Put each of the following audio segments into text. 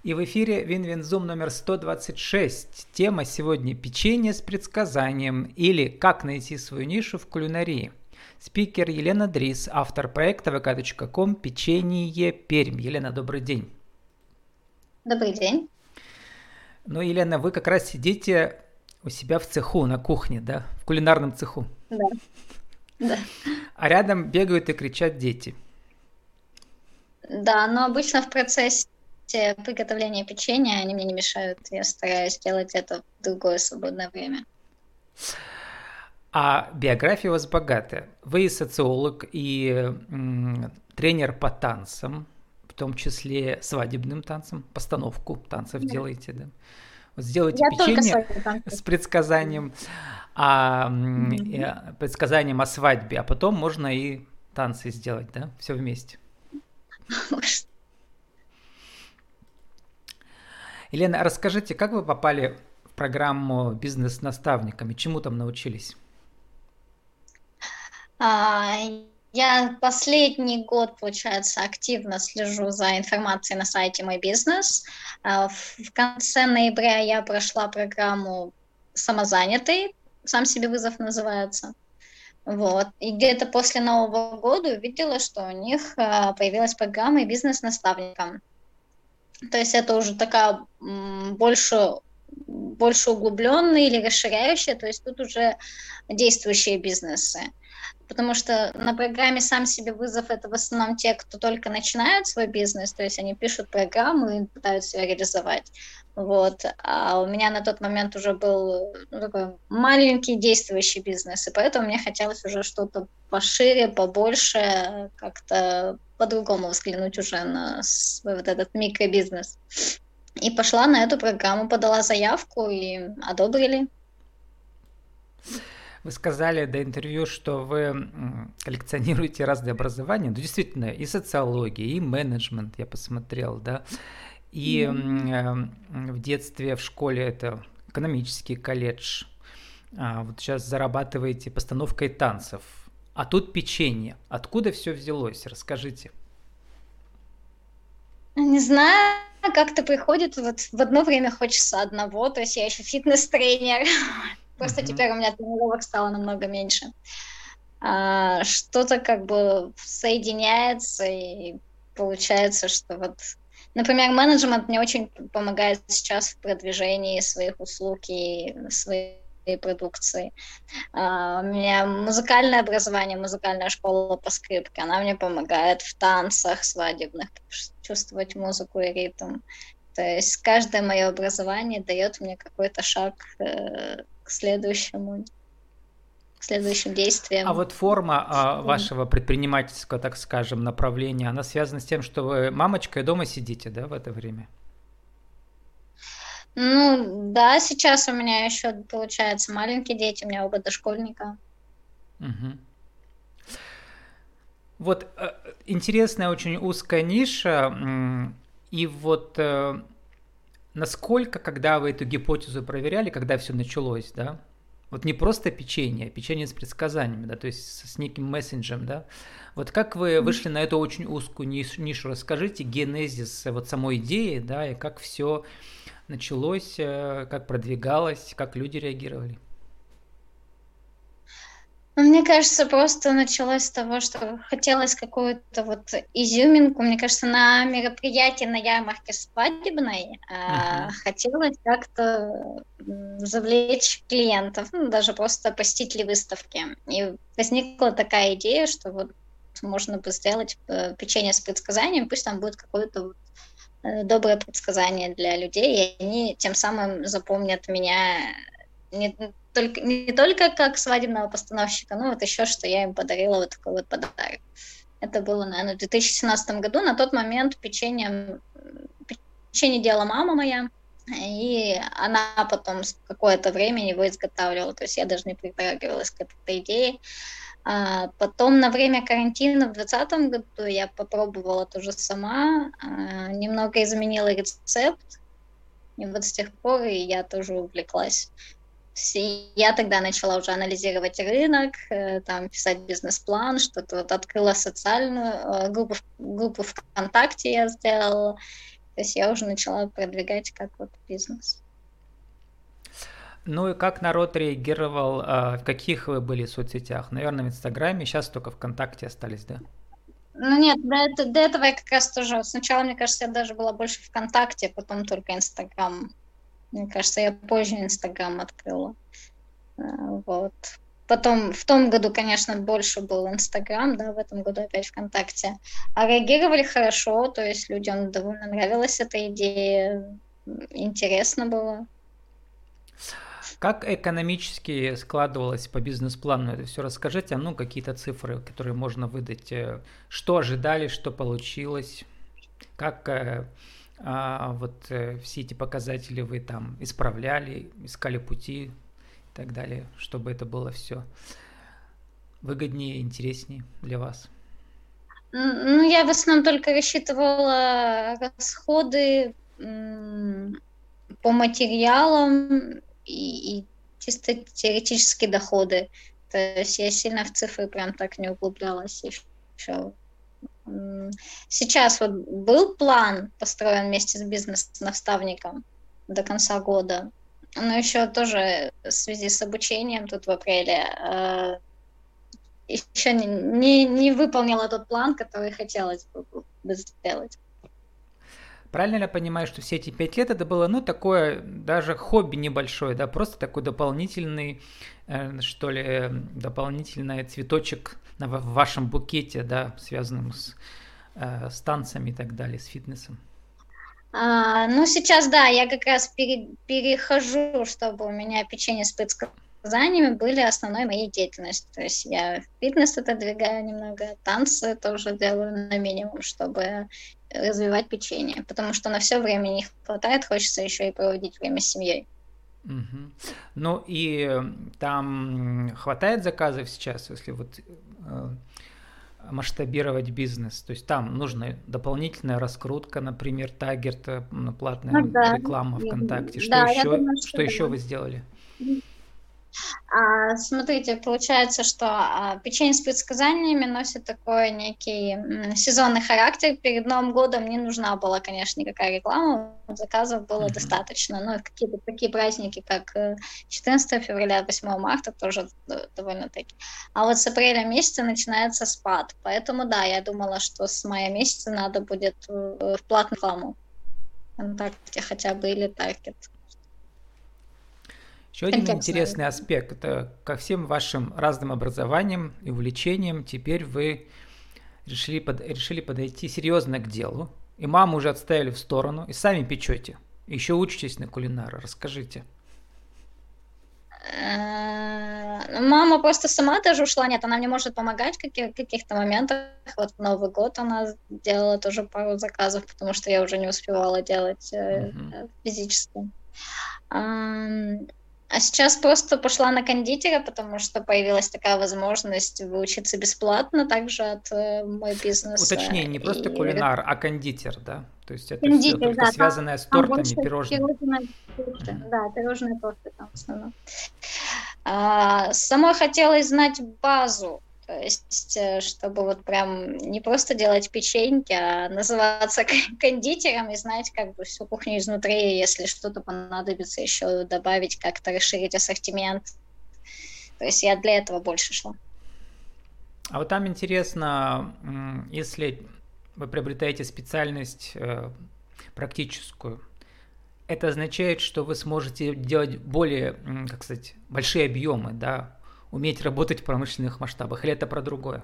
И в эфире Винвинзум номер 126. Тема сегодня «Печенье с предсказанием» или «Как найти свою нишу в кулинарии». Спикер Елена Дрис, автор проекта vk.com «Печенье Пермь». Елена, добрый день. Добрый день. Ну, Елена, вы как раз сидите у себя в цеху, на кухне, да? В кулинарном цеху. Да, да. А рядом бегают и кричат дети. Да, но обычно в процессе приготовления печенья они мне не мешают. Я стараюсь делать это в другое свободное время. А биография у вас богатая. Вы и социолог, и тренер по танцам, в том числе свадебным танцам, постановку танцев Да. делаете, да? Вот сделайте Я только печенье свои танцы. с предсказанием, предсказанием о свадьбе, а потом можно и танцы сделать, да? Все вместе. Елена, расскажите, как вы попали в программу «Бизнес-наставниками»? Чему там научились? Я последний год, получается, активно слежу за информацией на сайте «Мой бизнес». В конце ноября я прошла программу «Самозанятый», «Сам себе вызов» называется. Вот. И где-то после Нового года увидела, что у них появилась программа «Бизнес-наставникам». То есть это уже такая больше углубленная или расширяющая, то есть тут уже действующие бизнесы. Потому что на программе «Сам себе вызов» это в основном те, кто только начинают свой бизнес, то есть они пишут программу и пытаются ее реализовать. Вот. А у меня на тот момент уже был такой маленький действующий бизнес, и поэтому мне хотелось уже что-то пошире, побольше, как-то по-другому взглянуть уже на свой вот этот микробизнес. И пошла на эту программу, подала заявку и одобрили. Вы сказали до интервью, что вы коллекционируете разные образования. Ну, действительно, и социология, и менеджмент, я посмотрел, да. И в детстве, в школе это экономический колледж. Вот сейчас зарабатываете постановкой танцев. А тут печенье. Откуда все взялось? Расскажите. Не знаю, как-то приходит, вот в одно время хочется одного, то есть я еще фитнес-тренер, просто теперь у меня тренировок стало намного меньше. Что-то как бы соединяется, и получается, что вот, например, менеджмент мне очень помогает сейчас в продвижении своих услуг и своей продукции. У меня музыкальное образование, музыкальная школа по скрипке, она мне помогает в танцах свадебных чувствовать музыку и ритм. То есть каждое мое образование дает мне какой-то шаг к следующим действиям. А вот форма вашего предпринимательского, так скажем, направления, она связана с тем, что вы мамочкой дома сидите, да, в это время? Ну, да, сейчас у меня еще, получается, маленькие дети, у меня оба дошкольника. Угу. Вот интересная, очень узкая ниша. И вот насколько, когда вы эту гипотезу проверяли, когда все началось, да, вот не просто печенье, а печенье с предсказаниями, да, то есть с неким мессенджем, да. Вот как вы вышли на эту очень узкую нишу? Расскажите генезис вот самой идеи, да, и как все началось, как продвигалось, как люди реагировали? Мне кажется, просто началось с того, что хотелось какую-то вот изюминку. Мне кажется, на мероприятии, на ярмарке свадебной хотелось как-то завлечь клиентов, ну, даже просто посетителей выставки. И возникла такая идея, что вот можно бы сделать печенье с предсказанием, пусть там будет какое-то вот доброе предсказание для людей, и они тем самым запомнят меня не только как свадебного постановщика, но вот еще, что я им подарила вот такой вот подарок. Это было, наверное, в 2017 году. На тот момент печенье делала мама моя, и она потом какое-то время его изготавливала. То есть я даже не притрагивалась к этой идее. Потом на время карантина в 2020 году я попробовала тоже сама, немного изменила рецепт, и вот с тех пор и я тоже увлеклась. Я тогда начала уже анализировать рынок, там писать бизнес-план, что-то вот открыла социальную группу ВКонтакте я сделала. То есть я уже начала продвигать как вот бизнес. Ну и как народ реагировал? В каких вы были соцсетях? Наверное, в Инстаграме, сейчас только ВКонтакте остались, да? Ну нет, до этого я как раз тоже... Сначала, мне кажется, я даже была больше ВКонтакте, потом только Инстаграм. Мне кажется, я позже Инстаграм открыла. Вот. Потом в том году, конечно, больше был Инстаграм, да, в этом году опять ВКонтакте. А реагировали хорошо, то есть людям довольно нравилась эта идея, интересно было. Как экономически складывалось по бизнес-плану это все? Расскажите, ну, какие-то цифры, которые можно выдать. Что ожидали, что получилось? Как все эти показатели вы там исправляли, искали пути и так далее, чтобы это было все выгоднее, интереснее для вас? Ну, я в основном только рассчитывала расходы по материалам и чисто теоретические доходы. То есть я сильно в цифры прям так не углублялась еще. Сейчас вот был план построен вместе с бизнес-наставником до конца года, но еще тоже в связи с обучением тут в апреле еще не выполнила тот план, который хотелось бы сделать. Правильно ли я понимаю, что все эти 5 лет это было, ну, такое даже хобби небольшое, да, просто такой дополнительный, что ли, дополнительный цветочек в вашем букете, да, связанном с танцами и так далее, с фитнесом? Ну, сейчас, да, я как раз перехожу, чтобы у меня печенье с предсказаниями были основной моей деятельностью. То есть я фитнес отодвигаю немного, танцы тоже делаю на минимум, чтобы развивать печенье, потому что на все время не хватает, хочется еще и проводить время с семьей. Угу. Ну и там хватает заказов сейчас, если вот масштабировать бизнес? То есть там нужна дополнительная раскрутка, например, таргет, платная реклама ВКонтакте. Что Да, еще, думаю, что еще вы сделали? Смотрите, получается, что печенье с предсказаниями носит такой некий сезонный характер. Перед Новым годом не нужна была, конечно, никакая реклама, заказов было достаточно. Но в какие-то такие праздники, как 14 февраля, 8 марта, тоже довольно-таки. А вот с апреля месяца начинается спад. Поэтому, да, я думала, что с мая месяца надо будет в платную рекламу ВКонтакте хотя бы или таргет. Еще один интересный аспект, это ко всем вашим разным образованиям и увлечениям теперь вы решили подойти серьезно к делу, и маму уже отставили в сторону, и сами печете, еще учитесь на кулинара. Расскажите. Мама просто сама даже ушла, нет, она мне может помогать в каких-то моментах. Вот в Новый год она делала тоже пару заказов, потому что я уже не успевала делать физически. А сейчас просто пошла на кондитера, потому что появилась такая возможность выучиться бесплатно также от мой бизнес. Уточнее, не просто кулинар, а кондитер, да? То есть это кондитер, все только связанное с тортами, пирожными. Да, пирожные торты там в основном. Самой хотелось знать базу, то есть чтобы вот прям не просто делать печеньки, а называться кондитером и знать как бы всю кухню изнутри, если что-то понадобится еще добавить, как-то расширить ассортимент. То есть я для этого больше шла. А вот там интересно, если вы приобретаете специальность практическую, это означает, что вы сможете делать более, как сказать, большие объемы, да, уметь работать в промышленных масштабах, или это про другое?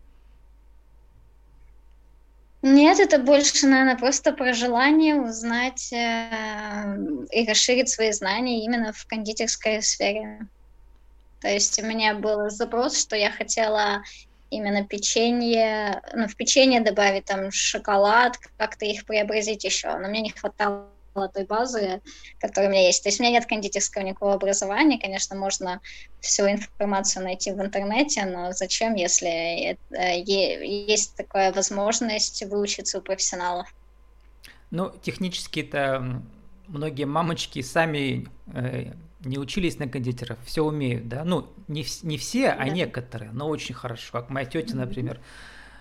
Нет, это больше, наверное, просто про желание узнать и расширить свои знания именно в кондитерской сфере. То есть у меня был запрос, что я хотела именно печенье, в печенье добавить там шоколад, как-то их преобразить еще, но мне не хватало той базы, которая у меня есть. То есть у меня нет кондитерского никакого образования, конечно, можно всю информацию найти в интернете, но зачем, если есть такая возможность выучиться у профессионалов? Ну, технически-то многие мамочки сами не учились на кондитеров, все умеют, да? Ну, не все, а некоторые, но очень хорошо. Как моя тетя, например,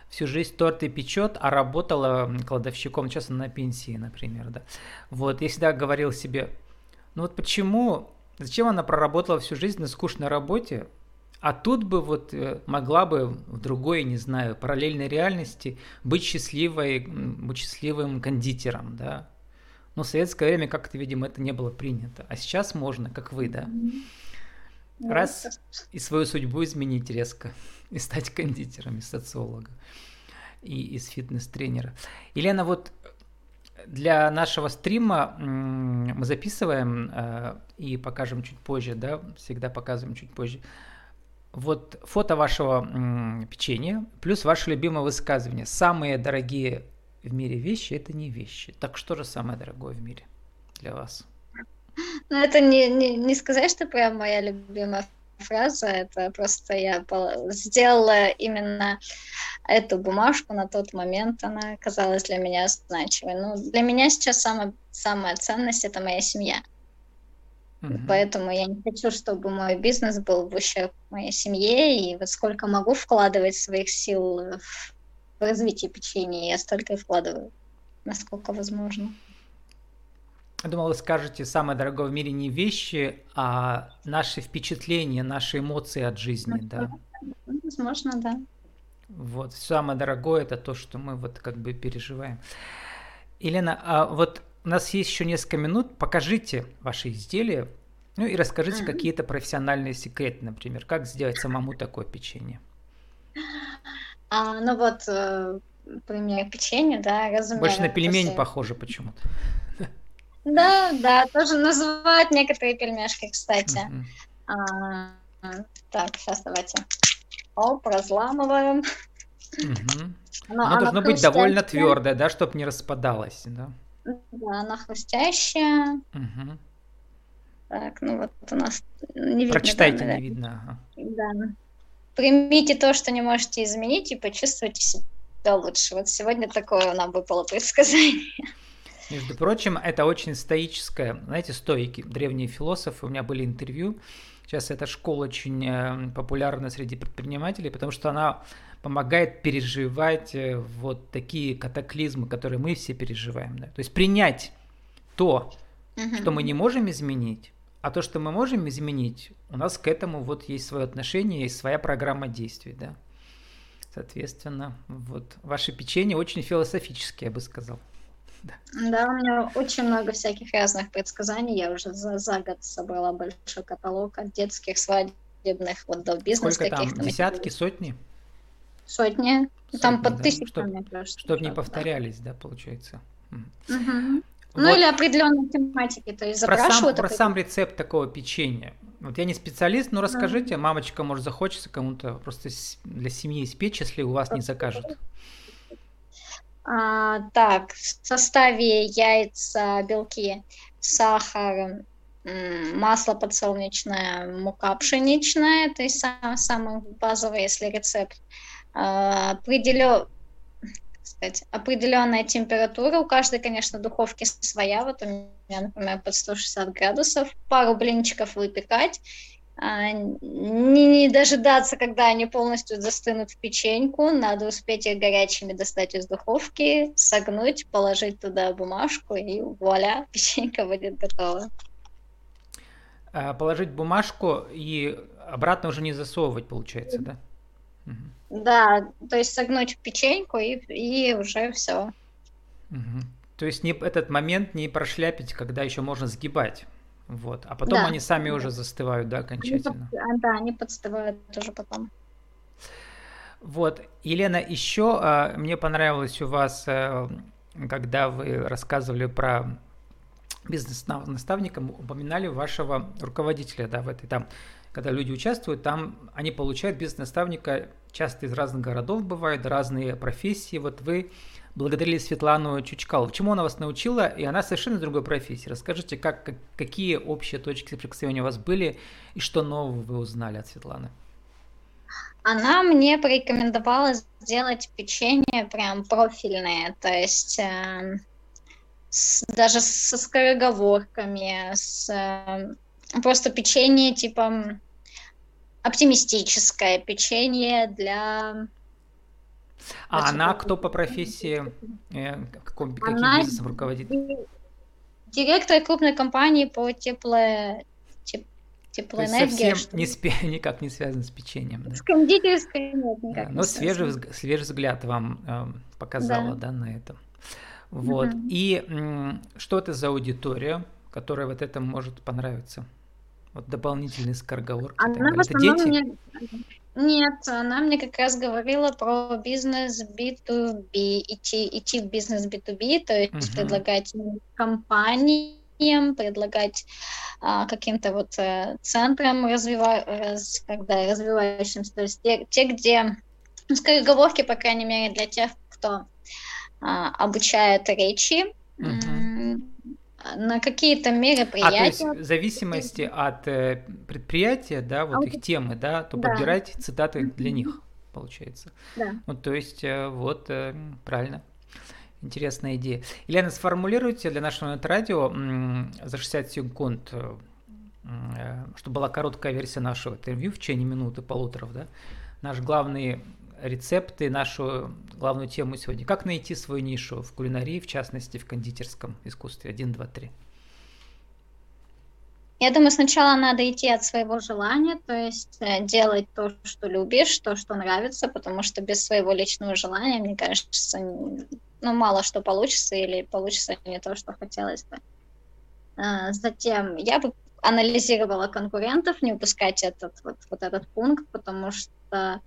всю жизнь торты печет, а работала кладовщиком, сейчас она на пенсии, например, да. Вот, я всегда говорил себе, ну вот почему, зачем она проработала всю жизнь на скучной работе, а тут бы вот могла бы в другой, не знаю, параллельной реальности быть счастливой, быть счастливым кондитером, да. Но в советское время как-то, видимо, это не было принято. А сейчас можно, как вы, да. Раз и свою судьбу изменить резко, и стать кондитером, и социологом, и из фитнес-тренера. Елена, вот для нашего стрима мы записываем и покажем чуть позже, да, всегда показываем чуть позже. Вот фото вашего печенья плюс ваше любимое высказывание. Самые дорогие в мире вещи – это не вещи. Так что же самое дорогое в мире для вас? Ну, это не сказать, что прям моя любимая фраза, это просто я сделала именно эту бумажку на тот момент, она казалась для меня значимой. Ну, для меня сейчас самая ценность – это моя семья. Поэтому я не хочу, чтобы мой бизнес был в ущерб моей семье, и вот сколько могу вкладывать своих сил в развитие печенья, я столько и вкладываю, насколько возможно. Я думал, вы скажете, самое дорогое в мире не вещи, а наши впечатления, наши эмоции от жизни, да? Возможно, да. Вот, самое дорогое – это то, что мы вот как бы переживаем. Елена, а вот у нас есть еще несколько минут, покажите ваши изделия, ну и расскажите какие-то профессиональные секреты, например, как сделать самому такое печенье. Ну вот, пример печенья, да, разумеется. Больше на пельмень похоже почему-то. Да, тоже называют некоторые пельмешки, кстати. Так, сейчас давайте. Разламываем. Оно должно быть довольно твердое, да, чтобы не распадалось, да? Да, она хрустящая. Так, ну вот у нас не видно. Прочитайте, не видно. Да. Примите то, что не можете изменить, и почувствуйте себя лучше. Вот сегодня такое нам выпало предсказание. Между прочим, это очень стоическое. Знаете, стоики, древние философы, у меня были интервью. Сейчас эта школа очень популярна среди предпринимателей, потому что она помогает переживать вот такие катаклизмы, которые мы все переживаем. Да? То есть принять то, что мы не можем изменить, а то, что мы можем изменить, у нас к этому вот есть свое отношение, есть своя программа действий. Да? Соответственно, вот ваше печенье очень философическое, я бы сказал. Да, у меня очень много всяких разных предсказаний. Я уже за год собрала большой каталог от детских, свадебных, вот до бизнеса. Сколько там? Десятки, сотни? Сотни. Там под 1000. Чтобы не повторялись, да, получается. Вот. Ну или определенной тематики, то есть запрашивают. Про сам рецепт такого печенья. Вот я не специалист, но расскажите, мамочка, может, захочется кому-то просто для семьи испечь, если у вас не закажут. Так, в составе яйца, белки, сахар, масло подсолнечное, мука пшеничная, то есть самый базовый, если рецепт. Определенная температура, у каждой, конечно, духовки своя, вот у меня, например, под 160 градусов, пару блинчиков выпекать, не дожидаться, когда они полностью застынут в печеньку, надо успеть их горячими достать из духовки, согнуть, положить туда бумажку, и вуаля, печенька будет готова. Положить бумажку и обратно уже не засовывать, получается, да? Да, то есть согнуть печеньку и уже все. То есть этот момент не прошляпить, когда еще можно сгибать. Вот. А потом они сами уже застывают, да, окончательно. Да, они подстывают тоже потом. Вот. Елена, еще мне понравилось у вас, когда вы рассказывали про бизнес-наставника, упоминали вашего руководителя, да, в этой там. Когда люди участвуют, там они получают бизнес-наставника часто из разных городов бывают, разные профессии. Вот вы благодарили Светлану Чучкалову. Чему она вас научила? И она совершенно из другой профессии. Расскажите, какие общие точки соприкосновения у вас были и что нового вы узнали от Светланы? Она мне порекомендовала сделать печенье прям профильное, то есть даже со скороговорками, просто печенье типа оптимистическое, печенье для А она Хочу кто по профессии? Каким Она бизнесом руководит? директор крупной компании по То есть теплоэнергии, совсем что никак не связано с печеньем, да? с кондитерской нет, Да, никак не но связано. свежий взгляд вам показала, Да. да, на это. Вот. Мгм. И что это за аудитория, которая вот это может понравиться? Вот дополнительные скороговорки и так Она в далее. Это основном дети? мне... Нет, она мне как раз говорила про бизнес B2B, идти в бизнес B2B, то есть Мгм. предлагать компаниям, предлагать каким-то вот центрам развивающимся, то есть те, где скороговорки, по крайней мере, для тех, кто обучает речи, Мгм. на какие-то То есть мероприятия. в зависимости от предприятия, да, вот их темы, да, то Да. подбирать цитаты для Мгм. них, получается. Да. Ну, то есть, вот, правильно. Интересная идея. Елена, сформулируйте для нашего радио за 60 секунд, чтобы была короткая версия нашего интервью в течение минуты, полуторов, да, наш главный рецепт и нашу главную тему сегодня. Как найти свою нишу в кулинарии, в частности, в кондитерском искусстве? 1, 2, 3. Я думаю, сначала надо идти от своего желания, то есть делать то, что любишь, то, что нравится, потому что без своего личного желания, мне кажется, мало что получится или получится не то, что хотелось бы. Затем я бы анализировала конкурентов, не упускать этот пункт, потому что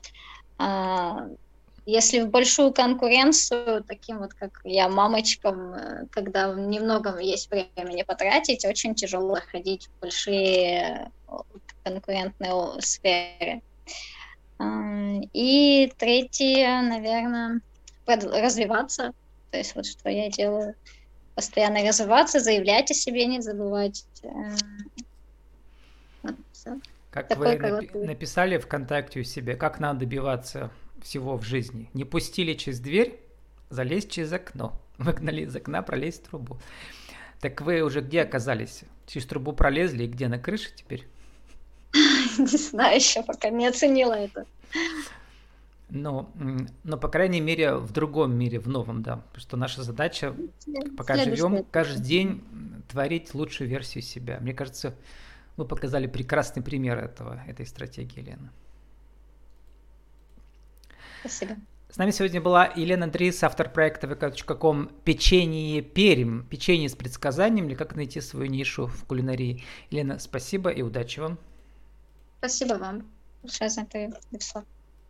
если в большую конкуренцию, таким вот, как я, мамочкам, когда немного есть времени потратить, очень тяжело ходить в большие конкурентные сферы. И третье, наверное, развиваться. То есть вот что я делаю. Постоянно развиваться, заявлять о себе, не забывать. Вот, всё. Как Такой вы короткий. написали ВКонтакте у себя, как надо добиваться всего в жизни. Не пустили через дверь, залезть через окно. Выгнали из окна, пролезть в трубу. Так вы уже где оказались? Через трубу пролезли и где, на крыше теперь? Не знаю, еще пока не оценила это. Но, по крайней мере, в другом мире, в новом, да. Потому что наша задача, пока живем, Следующий каждый день творить лучшую версию себя. Мне кажется, вы показали прекрасный пример этой стратегии, Елена. Спасибо. С нами сегодня была Елена Дрис, автор проекта vk.com «Печенье Пермь». Печенье с предсказанием или как найти свою нишу в кулинарии. Елена, спасибо и удачи вам. Спасибо вам. Большое за интервью.